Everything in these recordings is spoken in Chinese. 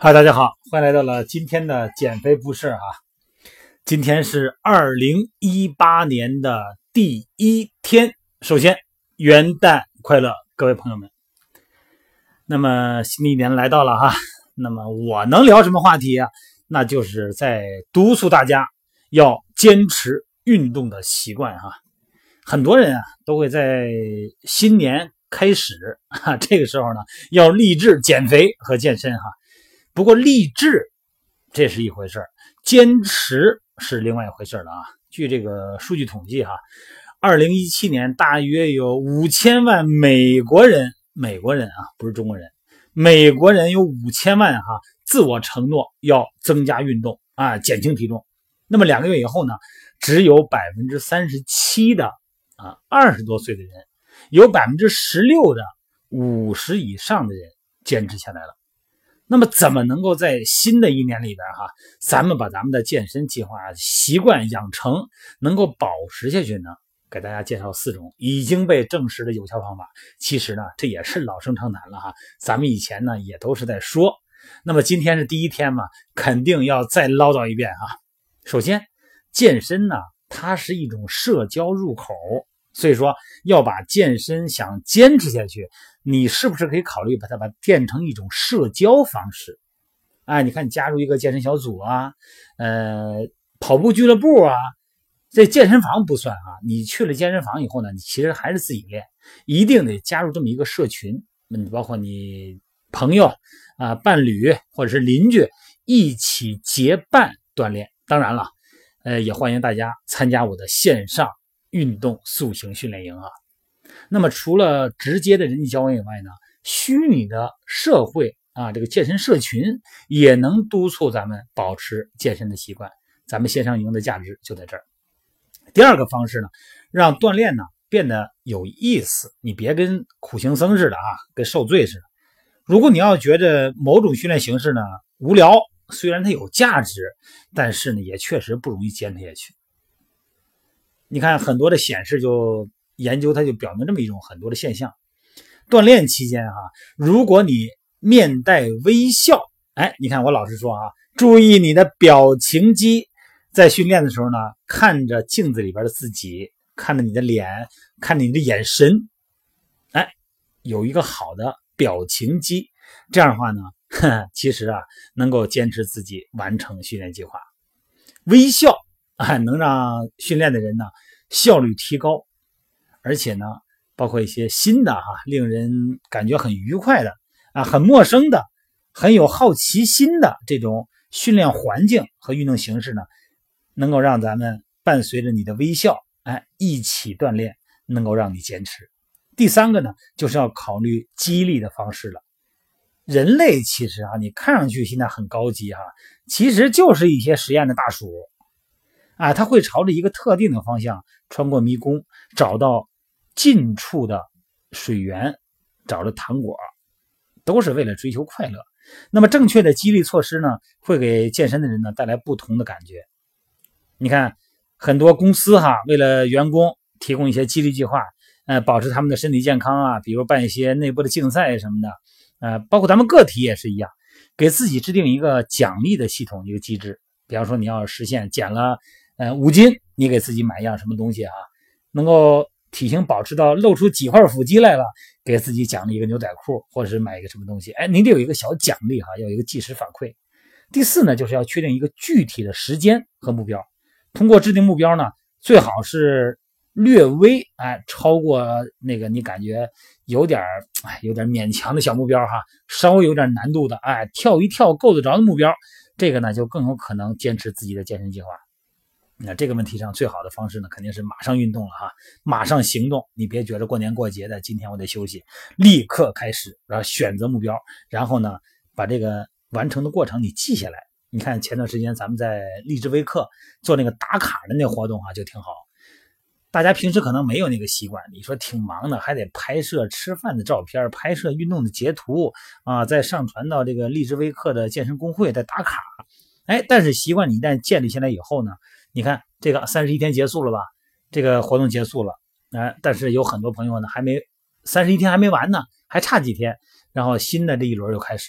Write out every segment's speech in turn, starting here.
嗨，大家好，欢迎来到了今天的减肥不是今天是2018年的第一天，首先元旦快乐，各位朋友们。那么新的一年来到了那么我能聊什么话题那就是在督促大家要坚持运动的习惯很多人都会在新年开始这个时候呢要立志减肥和健身不过励志这是一回事，坚持是另外一回事了据这个数据统计2017年大约有5000万美国人不是中国人，美国人有5000万自我承诺要增加运动减轻体重。那么2个月以后呢，只有37%的20多岁的人，有16%的50以上的人坚持下来了。那么怎么能够在新的一年里边咱们把咱们的健身计划习惯养成能够保持下去呢？给大家介绍4种已经被证实的有效方法。其实呢这也是老生常谈了咱们以前呢也都是在说。那么今天是第一天嘛，肯定要再唠叨一遍首先健身呢它是一种社交入口，所以说要把健身想坚持下去，你是不是可以考虑把它变成一种社交方式你看你加入一个健身小组跑步俱乐部这健身房不算你去了健身房以后呢，你其实还是自己练，一定得加入这么一个社群，包括你朋友伴侣或者是邻居一起结伴锻炼。当然了也欢迎大家参加我的线上运动塑形训练营那么除了直接的人际交往以外呢，虚拟的社会这个健身社群也能督促咱们保持健身的习惯。咱们线上营的价值就在这儿。第二个方式呢，让锻炼呢变得有意思，你别跟苦行僧似的跟受罪似的。如果你要觉得某种训练形式呢无聊，虽然它有价值，但是呢也确实不容易坚持下去。你看很多的显示就研究它就表明这么一种很多的现象。锻炼期间如果你面带微笑，你看我老实说注意你的表情肌，在训练的时候呢看着镜子里边的自己，看着你的脸，看着你的眼神有一个好的表情肌，这样的话呢其实能够坚持自己完成训练计划。微笑能让训练的人呢效率提高，而且呢包括一些新的令人感觉很愉快的很陌生的很有好奇心的这种训练环境和运动形式呢，能够让咱们伴随着你的微笑一起锻炼，能够让你坚持。第3个呢就是要考虑激励的方式了。人类其实你看上去现在很高级其实就是一些实验的大鼠它会朝着一个特定的方向穿过迷宫，找到近处的水源，找着糖果，都是为了追求快乐。那么正确的激励措施呢，会给健身的人呢带来不同的感觉。你看很多公司为了员工提供一些激励计划，保持他们的身体健康比如办一些内部的竞赛什么的，包括咱们个体也是一样，给自己制定一个奖励的系统，一个机制。比方说你要实现减了5斤，你给自己买一样什么东西能够体型保持到露出几块腹肌来了，给自己奖励一个牛仔裤，或者是买一个什么东西，你得有一个小奖励要有一个即时反馈。第4呢，就是要确定一个具体的时间和目标。通过制定目标呢，最好是略微超过那个你感觉有点勉强的小目标稍微有点难度的跳一跳够得着的目标，这个呢就更有可能坚持自己的健身计划。那这个问题上最好的方式呢，肯定是马上运动了马上行动。你别觉得过年过节的今天我得休息，立刻开始，然后选择目标，然后呢把这个完成的过程你记下来。你看前段时间咱们在励志微课做那个打卡的那活动就挺好。大家平时可能没有那个习惯，你说挺忙的，还得拍摄吃饭的照片，拍摄运动的截图再上传到这个励志微课的健身公会再打卡。但是习惯你一旦建立下来以后呢，你看这个31天结束了吧，这个活动结束了但是有很多朋友呢还没31天还没完呢，还差几天，然后新的这一轮又开始了。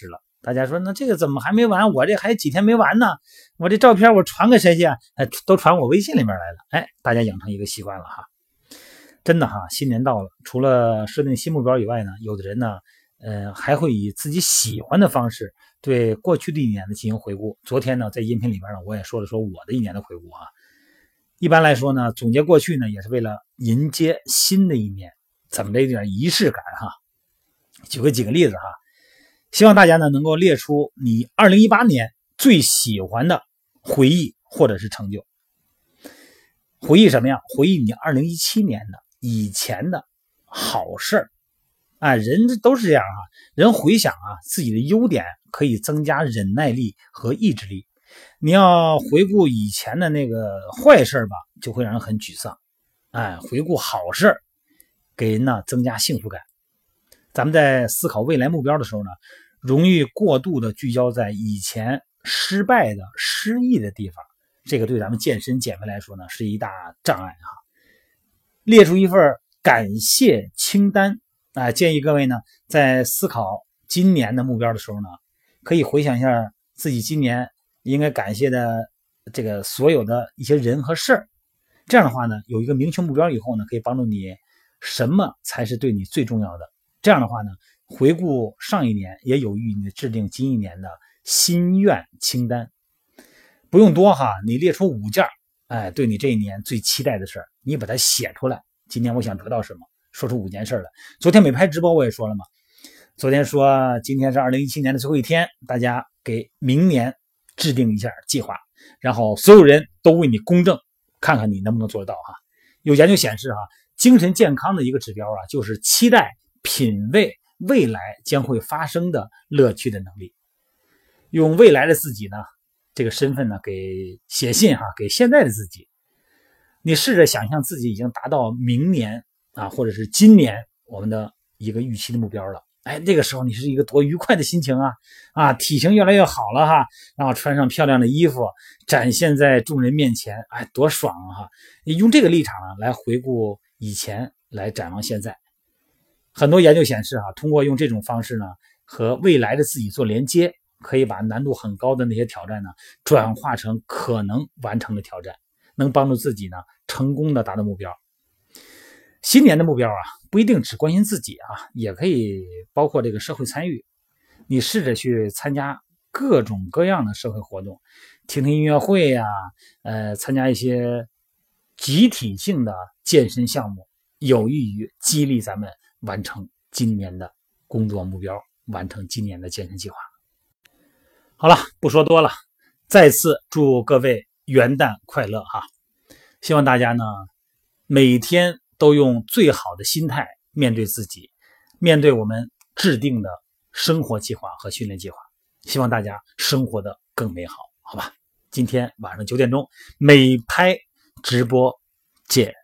大家说那这个怎么还没完？我这还几天没完呢？我这照片我传给谁去啊？都传我微信里面来了。大家养成一个习惯了哈。真的哈，新年到了，除了设定新目标以外呢，有的人呢，还会以自己喜欢的方式对过去的一年的进行回顾。昨天呢，在音频里面呢，我也说了我的一年的回顾啊。一般来说呢，总结过去呢，也是为了迎接新的一年，怎么的有点仪式感哈。举几个例子哈，希望大家呢能够列出你2018年最喜欢的回忆或者是成就。回忆什么呀？回忆你2017年的以前的好事儿，人都是这样人回想自己的优点可以增加忍耐力和意志力。你要回顾以前的那个坏事吧，就会让人很沮丧。回顾好事给人呢增加幸福感。咱们在思考未来目标的时候呢，容易过度的聚焦在以前失败的失意的地方，这个对咱们健身减肥来说呢是一大障碍列出一份感谢清单建议各位呢在思考今年的目标的时候呢，可以回想一下自己今年应该感谢的这个所有的一些人和事儿。这样的话呢，有一个明确目标以后呢，可以帮助你什么才是对你最重要的。这样的话呢，回顾上一年也有益于你制定今一年的心愿清单。不用多你列出5件对你这一年最期待的事儿，你把它写出来。今年我想得到什么，说出5件事来。昨天美拍直播我也说了嘛，昨天说今天是2017年的最后一天，大家给明年制定一下计划，然后所有人都为你公正，看看你能不能做得到有研究显示精神健康的一个指标就是期待品味未来将会发生的乐趣的能力。用未来的自己呢这个身份呢给写信给现在的自己。你试着想象自己已经达到明年或者是今年我们的一个预期的目标了。这个时候你是一个多愉快的心情体型越来越好了然后穿上漂亮的衣服展现在众人面前，多爽你用这个立场来回顾以前，来展望现在。很多研究显示通过用这种方式呢和未来的自己做连接，可以把难度很高的那些挑战呢转化成可能完成的挑战，能帮助自己呢成功的达到目标。新年的目标不一定只关心自己也可以包括这个社会参与。你试着去参加各种各样的社会活动，听听音乐会参加一些集体性的健身项目，有益于激励咱们完成今年的工作目标，完成今年的健身计划。好了，不说多了，再次祝各位元旦快乐希望大家呢每天都用最好的心态面对自己，面对我们制定的生活计划和训练计划，希望大家生活的更美好，好吧？今天晚上9点钟美拍直播见。